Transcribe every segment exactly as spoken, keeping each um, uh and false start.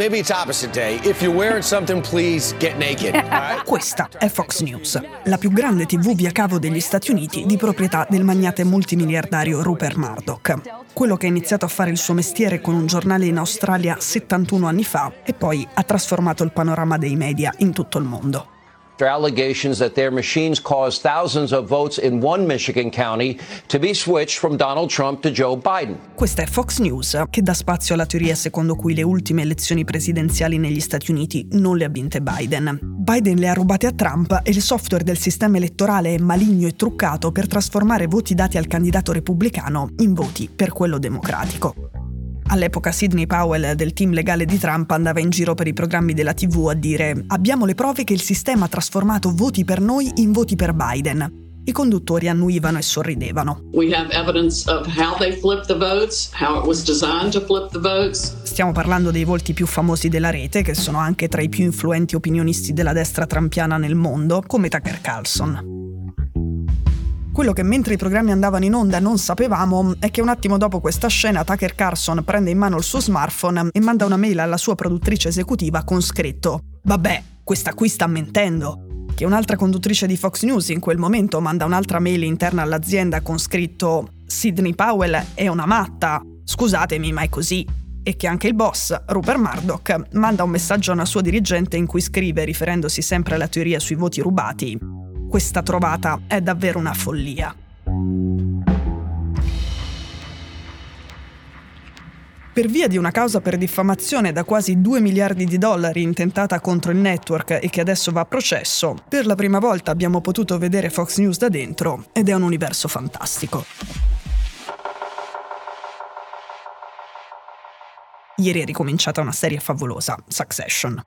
maybe it's opposite day. If you're wearing something, please get naked. Right? Questa è Fox News, la più grande tivù via cavo degli Stati Uniti di proprietà del magnate multimiliardario Rupert Murdoch. Quello che ha iniziato a fare il suo mestiere con un giornale in Australia settantuno anni fa e poi ha trasformato il panorama dei media in tutto il mondo. There are allegations that their machines caused thousands of votes in one Michigan county to be switched from Donald Trump to Joe Biden. Questa è Fox News, che dà spazio alla teoria secondo cui le ultime elezioni presidenziali negli Stati Uniti non le ha vinte Biden. Biden le ha rubate a Trump e il software del sistema elettorale è maligno e truccato per trasformare voti dati al candidato repubblicano in voti per quello democratico. All'epoca Sidney Powell del team legale di Trump andava in giro per i programmi della tivù a dire «Abbiamo le prove che il sistema ha trasformato voti per noi in voti per Biden». I conduttori annuivano e sorridevano. We have evidence of how they flipped the votes, how it was designed to flip the votes. Stiamo parlando dei volti più famosi della rete, che sono anche tra i più influenti opinionisti della destra trampiana nel mondo, come Tucker Carlson. Quello che mentre i programmi andavano in onda non sapevamo è che un attimo dopo questa scena Tucker Carlson prende in mano il suo smartphone e manda una mail alla sua produttrice esecutiva con scritto «Vabbè, questa qui sta mentendo». Che un'altra conduttrice di Fox News in quel momento manda un'altra mail interna all'azienda con scritto «Sidney Powell è una matta, scusatemi ma è così». E che anche il boss, Rupert Murdoch, manda un messaggio a una sua dirigente in cui scrive, riferendosi sempre alla teoria sui voti rubati: «Questa trovata è davvero una follia». Per via di una causa per diffamazione da quasi due miliardi di dollari intentata contro il network e che adesso va a processo, per la prima volta abbiamo potuto vedere Fox News da dentro ed è un universo fantastico. Ieri è ricominciata una serie favolosa, Succession.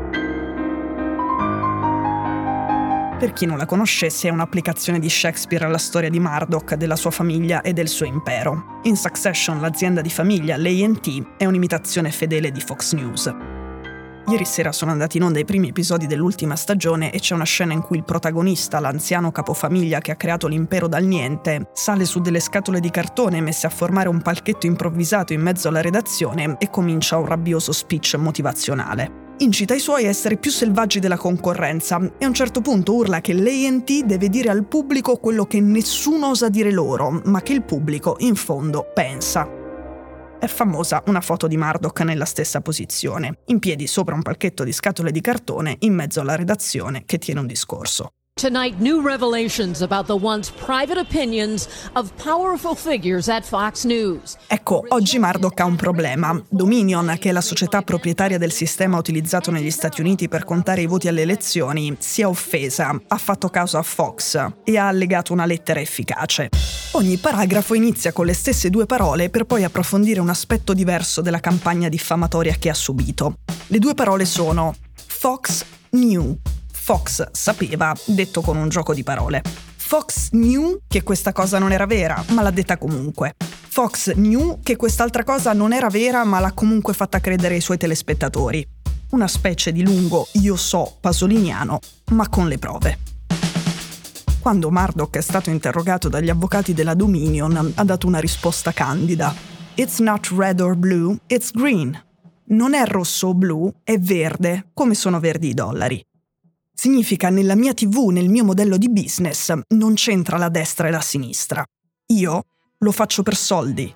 Per chi non la conoscesse, è un'applicazione di Shakespeare alla storia di Murdoch, della sua famiglia e del suo impero. In Succession, l'azienda di famiglia, l'A and T, è un'imitazione fedele di Fox News. Ieri sera sono andati in onda i primi episodi dell'ultima stagione e c'è una scena in cui il protagonista, l'anziano capofamiglia che ha creato l'impero dal niente, sale su delle scatole di cartone messe a formare un palchetto improvvisato in mezzo alla redazione e comincia un rabbioso speech motivazionale. Incita i suoi a essere più selvaggi della concorrenza e a un certo punto urla che l'A and T deve dire al pubblico quello che nessuno osa dire loro, ma che il pubblico, in fondo, pensa. È famosa una foto di Murdoch nella stessa posizione, in piedi sopra un palchetto di scatole di cartone in mezzo alla redazione che tiene un discorso. Tonight, new revelations about the once private opinions of powerful figures at Fox News. Ecco, oggi Murdoch ha un problema. Dominion, che è la società proprietaria del sistema utilizzato negli Stati Uniti per contare i voti alle elezioni, si è offesa, ha fatto caso a Fox e ha allegato una lettera efficace. Ogni paragrafo inizia con le stesse due parole per poi approfondire un aspetto diverso della campagna diffamatoria che ha subito. Le due parole sono Fox knew. Fox sapeva, detto con un gioco di parole. Fox knew che questa cosa non era vera, ma l'ha detta comunque. Fox knew che quest'altra cosa non era vera, ma l'ha comunque fatta credere ai suoi telespettatori. Una specie di lungo io so pasoliniano, ma con le prove. Quando Murdoch è stato interrogato dagli avvocati della Dominion, ha dato una risposta candida. It's not red or blue, it's green. Non è rosso o blu, è verde, come sono verdi i dollari. Significa nella mia tivù, nel mio modello di business, non c'entra la destra e la sinistra. Io lo faccio per soldi.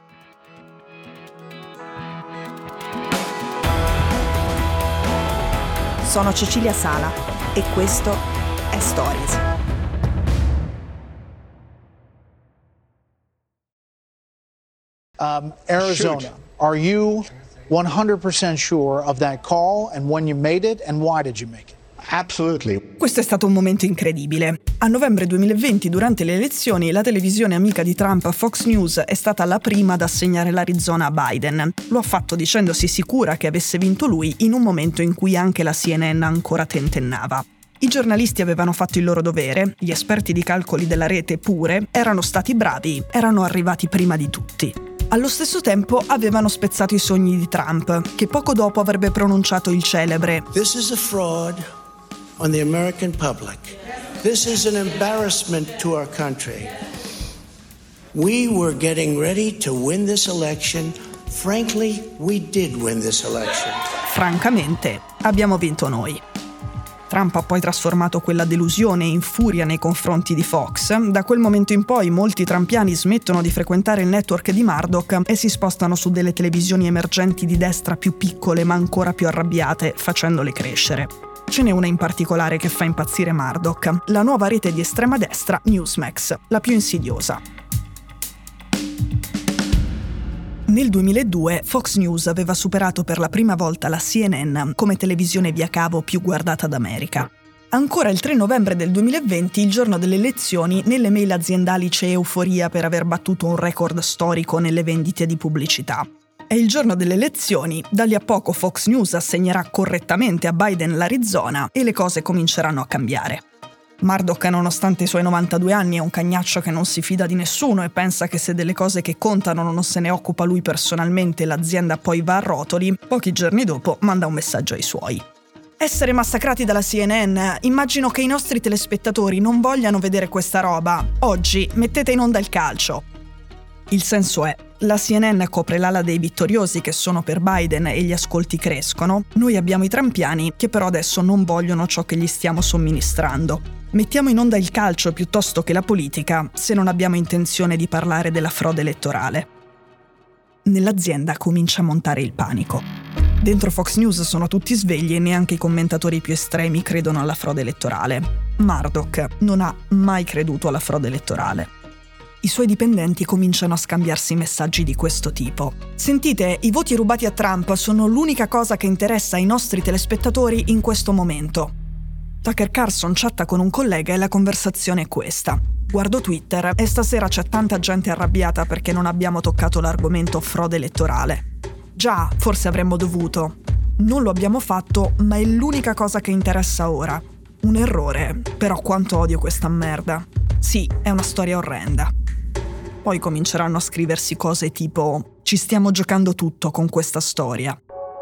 Sono Cecilia Sala e questo è Stories. Um, Arizona, Shoot. Are you one hundred percent sure of that call and when you made it and why did you make it? Absolutely. Questo è stato un momento incredibile. A novembre duemilaventi, durante le elezioni, la televisione amica di Trump, Fox News, è stata la prima ad assegnare l'Arizona a Biden. Lo ha fatto dicendosi sicura che avesse vinto lui in un momento in cui anche la C N N ancora tentennava. I giornalisti avevano fatto il loro dovere, gli esperti di calcoli della rete pure, erano stati bravi, erano arrivati prima di tutti. Allo stesso tempo avevano spezzato i sogni di Trump, che poco dopo avrebbe pronunciato il celebre This is a fraud on the American public. This is an embarrassment to our country. We were getting ready to win this election. Frankly, we did win this election. francamente, abbiamo vinto noi. Trump ha poi trasformato quella delusione in furia nei confronti di Fox. Da quel momento in poi molti trampiani smettono di frequentare il network di Murdoch e si spostano su delle televisioni emergenti di destra più piccole ma ancora più arrabbiate, facendole crescere. Ce n'è una in particolare che fa impazzire Murdoch, la nuova rete di estrema destra Newsmax, la più insidiosa. Nel duemiladue Fox News aveva superato per la prima volta la C N N come televisione via cavo più guardata d'America. Ancora il tre novembre del duemilaventi, il giorno delle elezioni, nelle mail aziendali c'è euforia per aver battuto un record storico nelle vendite di pubblicità. È il giorno delle elezioni, da lì a poco Fox News assegnerà correttamente a Biden l'Arizona e le cose cominceranno a cambiare. Murdoch, nonostante i suoi novantadue anni, è un cagnaccio che non si fida di nessuno e pensa che se delle cose che contano non se ne occupa lui personalmente, l'azienda poi va a rotoli. Pochi giorni dopo manda un messaggio ai suoi. Essere massacrati dalla C N N, immagino che i nostri telespettatori non vogliano vedere questa roba. Oggi mettete in onda il calcio. Il senso è, la C N N copre l'ala dei vittoriosi che sono per Biden e gli ascolti crescono, noi abbiamo i trampiani che però adesso non vogliono ciò che gli stiamo somministrando. Mettiamo in onda il calcio piuttosto che la politica se non abbiamo intenzione di parlare della frode elettorale. Nell'azienda comincia a montare il panico. Dentro Fox News sono tutti svegli e neanche i commentatori più estremi credono alla frode elettorale. Murdoch non ha mai creduto alla frode elettorale. I suoi dipendenti cominciano a scambiarsi messaggi di questo tipo. Sentite, i voti rubati a Trump sono l'unica cosa che interessa ai nostri telespettatori in questo momento. Tucker Carlson chatta con un collega e la conversazione è questa. Guardo Twitter e stasera c'è tanta gente arrabbiata perché non abbiamo toccato l'argomento frode elettorale. Già, forse avremmo dovuto. Non lo abbiamo fatto, ma è l'unica cosa che interessa ora. Un errore, però quanto odio questa merda. Sì, è una storia orrenda. Poi cominceranno a scriversi cose tipo «Ci stiamo giocando tutto con questa storia».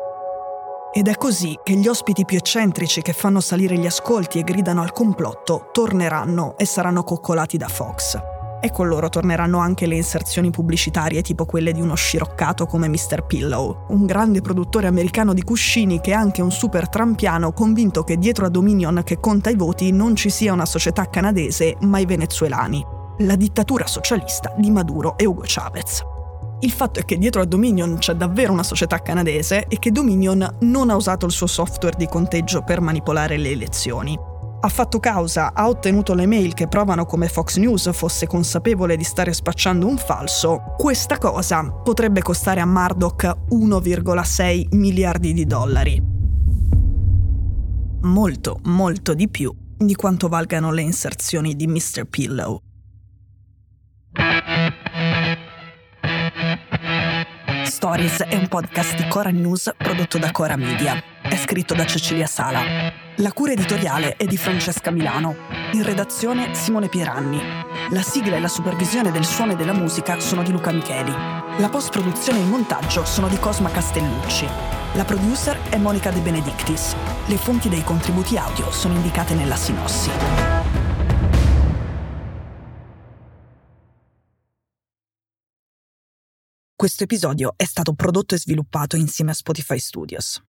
Ed è così che gli ospiti più eccentrici che fanno salire gli ascolti e gridano al complotto torneranno e saranno coccolati da Fox. E con loro torneranno anche le inserzioni pubblicitarie tipo quelle di uno sciroccato come mister Pillow, un grande produttore americano di cuscini che è anche un super trampiano convinto che dietro a Dominion che conta i voti non ci sia una società canadese ma i venezuelani. La dittatura socialista di Maduro e Hugo Chavez. Il fatto è che dietro a Dominion c'è davvero una società canadese e che Dominion non ha usato il suo software di conteggio per manipolare le elezioni. Ha fatto causa, ha ottenuto le mail che provano come Fox News fosse consapevole di stare spacciando un falso. Questa cosa potrebbe costare a Murdoch uno virgola sei miliardi di dollari. Molto, molto di più di quanto valgano le inserzioni di mister Pillow. Stories è un podcast di Cora News prodotto da Cora Media. È scritto da Cecilia Sala. La cura editoriale è di Francesca Milano. In redazione Simone Pieranni. La sigla e la supervisione del suono e della musica sono di Luca Micheli. La post-produzione e il montaggio sono di Cosma Castellucci. La producer è Monica De Benedictis. Le fonti dei contributi audio sono indicate nella sinossi. Questo episodio è stato prodotto e sviluppato insieme a Spotify Studios.